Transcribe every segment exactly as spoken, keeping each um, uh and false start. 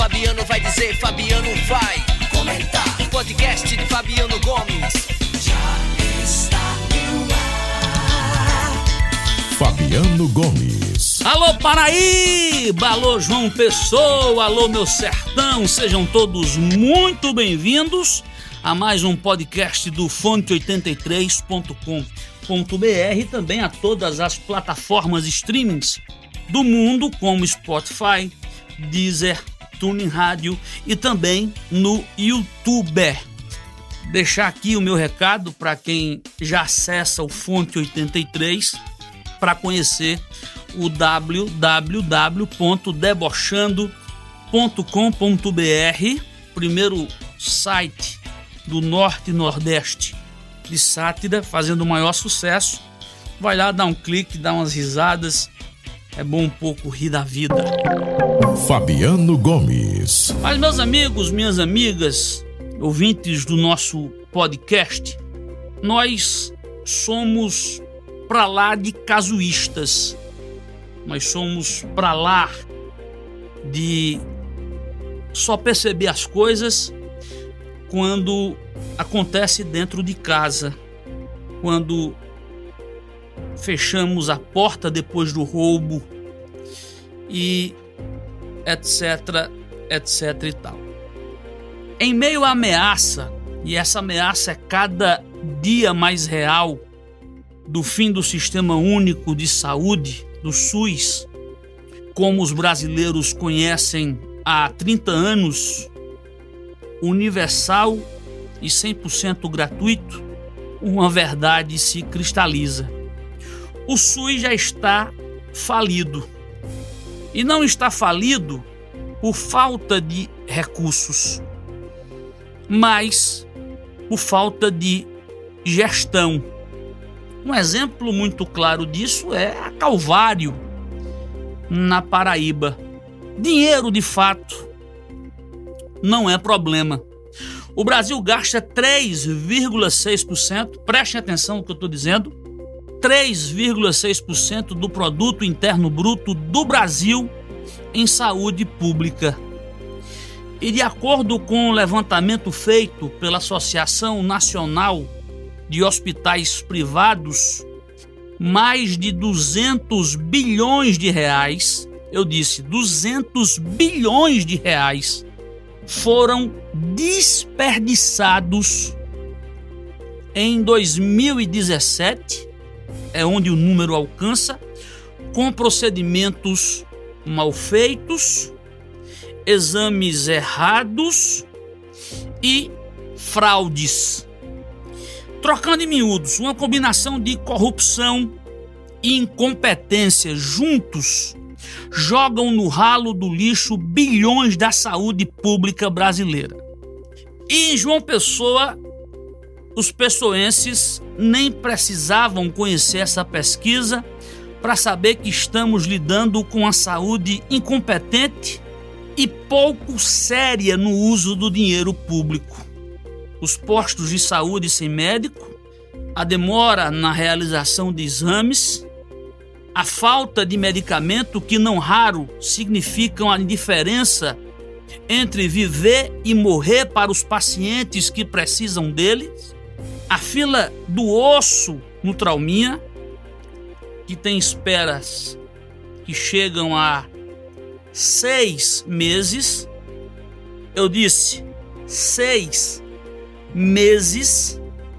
Fabiano vai dizer, Fabiano vai comentar. Podcast de Fabiano Gomes já está no ar. Fabiano Gomes. Alô Paraíba, alô João Pessoa, alô meu sertão, sejam todos muito bem-vindos a mais um podcast do fonte oitenta e três ponto com ponto b r e também a todas as plataformas streamings do mundo como Spotify, Deezer, TuneIn Rádio e também no YouTube. Deixar aqui o meu recado para quem já acessa o Fonte oitenta e três para conhecer o w w w ponto debochando ponto com ponto b r, primeiro site do Norte e Nordeste de sátira, fazendo o maior sucesso. Vai lá, dá um clique, dá umas risadas, é bom um pouco rir da vida. Fabiano Gomes. Mas meus amigos, minhas amigas, ouvintes do nosso podcast, nós somos pra lá de casuístas. Nós somos pra lá de só perceber as coisas quando acontece dentro de casa, quando fechamos a porta depois do roubo e etc, etc e tal. Em meio à ameaça, e essa ameaça é cada dia mais real, do fim do Sistema Único de Saúde, do SUS, como os brasileiros conhecem há trinta anos, universal e cem por cento gratuito, uma verdade se cristaliza. O SUS já está falido. E não está falido por falta de recursos, mas por falta de gestão. Um exemplo muito claro disso é a Calvário, na Paraíba. Dinheiro, de fato, não é problema. O Brasil gasta três vírgula seis por cento, prestem atenção no que eu estou dizendo, três vírgula seis por cento do produto interno bruto do Brasil em saúde pública. E de acordo com o levantamento feito pela Associação Nacional de Hospitais Privados, mais de duzentos bilhões de reais, eu disse duzentos bilhões de reais, foram desperdiçados em dois mil e dezessete, é onde o número alcança, com procedimentos mal feitos, exames errados e fraudes. Trocando em miúdos, uma combinação de corrupção e incompetência juntos jogam no ralo do lixo bilhões da saúde pública brasileira. E em João Pessoa, os pessoenses nem precisavam conhecer essa pesquisa para saber que estamos lidando com a saúde incompetente e pouco séria no uso do dinheiro público. Os postos de saúde sem médico, a demora na realização de exames, a falta de medicamento que não raro significam a indiferença entre viver e morrer para os pacientes que precisam deles, a fila do osso no Trauminha, que tem esperas que chegam a seis meses, eu disse seis meses,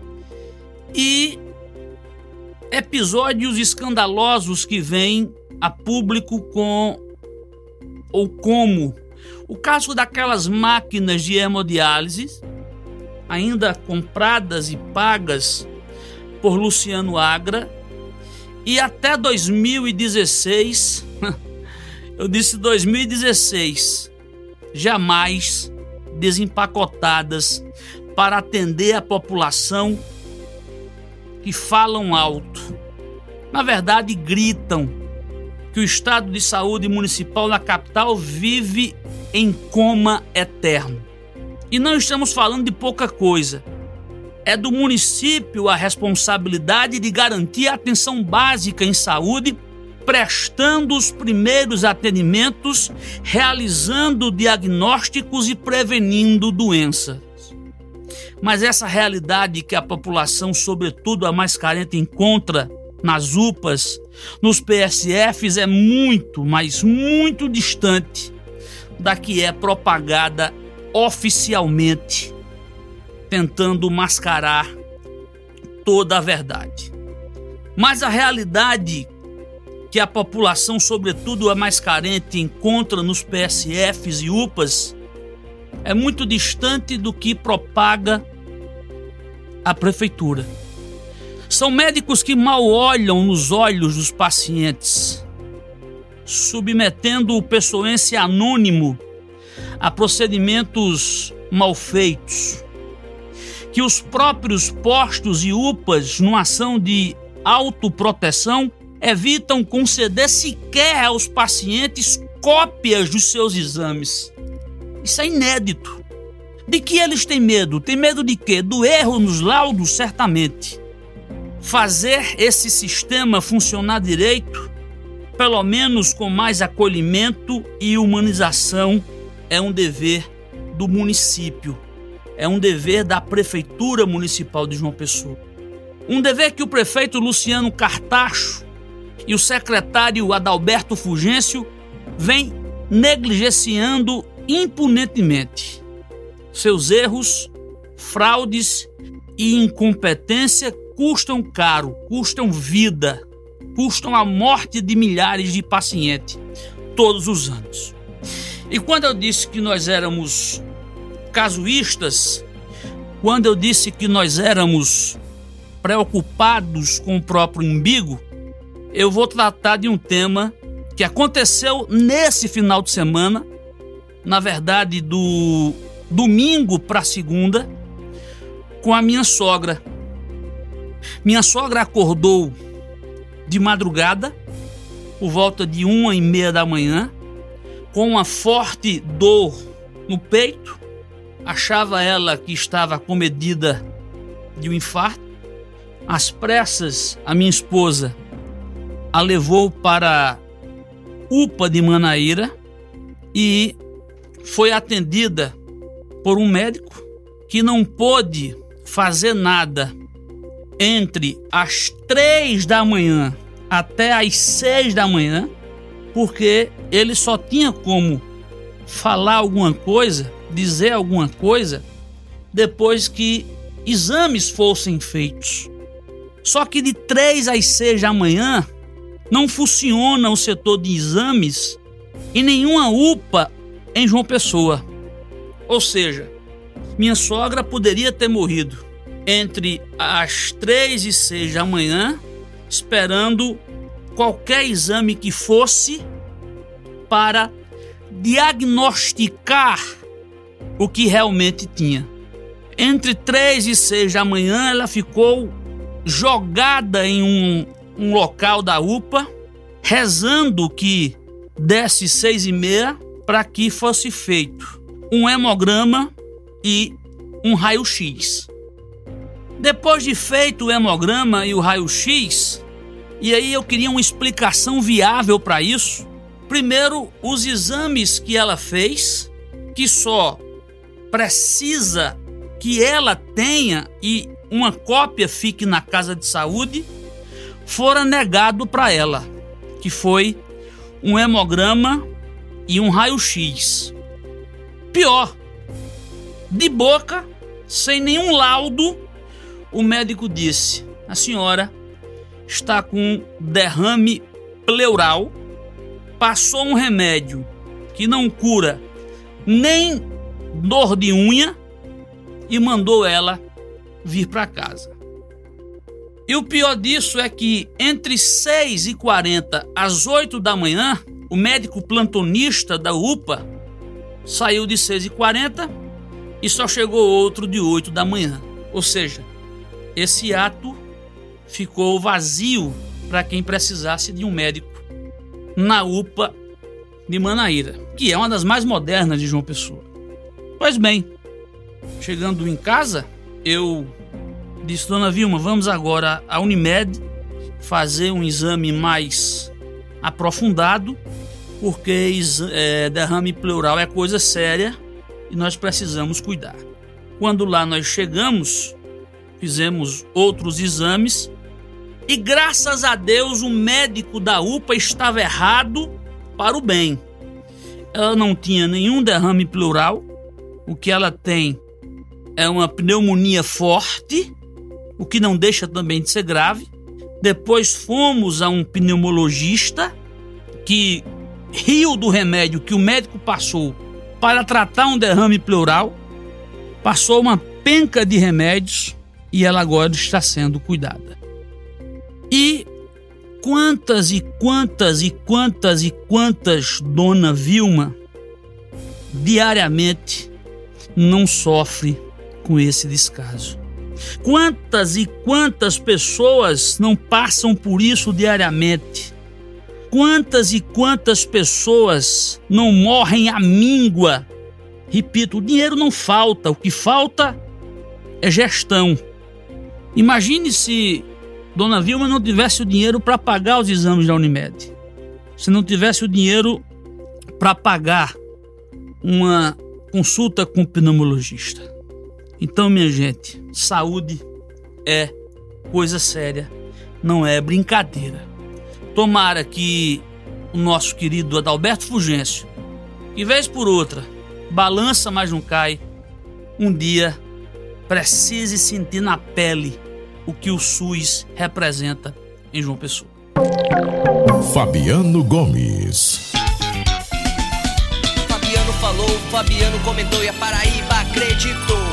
e episódios escandalosos que vêm a público com ou como o caso daquelas máquinas de hemodiálise, ainda compradas e pagas por Luciano Agra, e até dois mil e dezesseis, eu disse dois mil e dezesseis, jamais desempacotadas para atender a população que falam alto. Na verdade, gritam que o estado de saúde municipal na capital vive em coma eterno. E não estamos falando de pouca coisa. É do município a responsabilidade de garantir a atenção básica em saúde prestando os primeiros atendimentos, realizando diagnósticos e prevenindo doenças. Mas essa realidade que a população, sobretudo a mais carente, encontra nas U P As, nos P S Fs, é muito, mas muito distante da que é propagada oficialmente, tentando mascarar toda a verdade. Mas a realidade que a população, sobretudo a mais carente, encontra nos P S Fs e U P As é muito distante do que propaga a prefeitura. São médicos que mal olham nos olhos dos pacientes, submetendo o pessoense anônimo a procedimentos mal feitos, que os próprios postos e U P As, numa ação de autoproteção, evitam conceder sequer aos pacientes cópias dos seus exames. Isso é inédito. De que eles têm medo? Tem medo de quê? Do erro nos laudos, certamente. Fazer esse sistema funcionar direito, pelo menos com mais acolhimento e humanização, é um dever do município. É um dever da Prefeitura Municipal de João Pessoa. Um dever que o prefeito Luciano Cartacho e o secretário Adalberto Fulgêncio vêm negligenciando impunemente. Seus erros, fraudes e incompetência custam caro, custam vida, custam a morte de milhares de pacientes todos os anos. E quando eu disse que nós éramos casuístas, quando eu disse que nós éramos preocupados com o próprio umbigo, eu vou tratar de um tema que aconteceu nesse final de semana, na verdade do domingo para segunda, com a minha sogra. Minha sogra acordou de madrugada, por volta de uma e meia da manhã, com uma forte dor no peito. Achava ela que estava acomedida de um infarto. Às pressas, a minha esposa a levou para a U P A de Manaíra e foi atendida por um médico que não pôde fazer nada entre as três da manhã até as seis da manhã, porque ele só tinha como falar alguma coisa, dizer alguma coisa, depois que exames fossem feitos. Só que de três às seis da manhã não funciona o setor de exames em nenhuma U P A em João Pessoa. Ou seja, minha sogra poderia ter morrido entre as três e seis da manhã, esperando qualquer exame que fosse para diagnosticar o que realmente tinha. Entre três e seis da manhã, ela ficou jogada em um, um local da U P A, rezando que desse seis e meia para que fosse feito um hemograma e um raio-x. Depois de feito o hemograma e o raio-x, e aí eu queria uma explicação viável para isso. Primeiro, os exames que ela fez, que só precisa que ela tenha e uma cópia fique na casa de saúde, foram negados para ela, que foi um hemograma e um raio-x. Pior, de boca, sem nenhum laudo, o médico disse: a senhora está com derrame pleural, passou um remédio que não cura nem dor de unha e mandou ela vir para casa. E o pior disso é que entre seis e quarenta às oito da manhã, o médico plantonista da U P A saiu de seis e quarenta e só chegou outro de oito da manhã. Ou seja, esse ato ficou vazio para quem precisasse de um médico na U P A de Manaíra, que é uma das mais modernas de João Pessoa. Pois bem, chegando em casa, eu disse: dona Vilma, vamos agora à Unimed fazer um exame mais aprofundado, porque é, derrame pleural é coisa séria e nós precisamos cuidar. Quando lá nós chegamos, fizemos outros exames e, graças a Deus, o médico da U P A estava errado para o bem. Ela não tinha nenhum derrame pleural, o que ela tem é uma pneumonia forte, o que não deixa também de ser grave. Depois fomos a um pneumologista que riu do remédio que o médico passou para tratar um derrame pleural, passou uma penca de remédios e ela agora está sendo cuidada. E quantas e quantas e quantas e quantas Dona Vilma diariamente não sofre com esse descaso? Quantas e quantas pessoas não passam por isso diariamente? Quantas e quantas pessoas não morrem à míngua? Repito, o dinheiro não falta, o que falta é gestão. Imagine se Dona Vilma não tivesse o dinheiro para pagar os exames da Unimed, se não tivesse o dinheiro para pagar uma consulta com o pneumologista. Então, minha gente, saúde é coisa séria, não é brincadeira. Tomara que o nosso querido Adalberto Fulgêncio, que vez por outra balança, mas não cai, um dia precise sentir na pele o que o SUS representa em João Pessoa. Fabiano Gomes. Fabiano falou, Fabiano comentou e a Paraíba acreditou.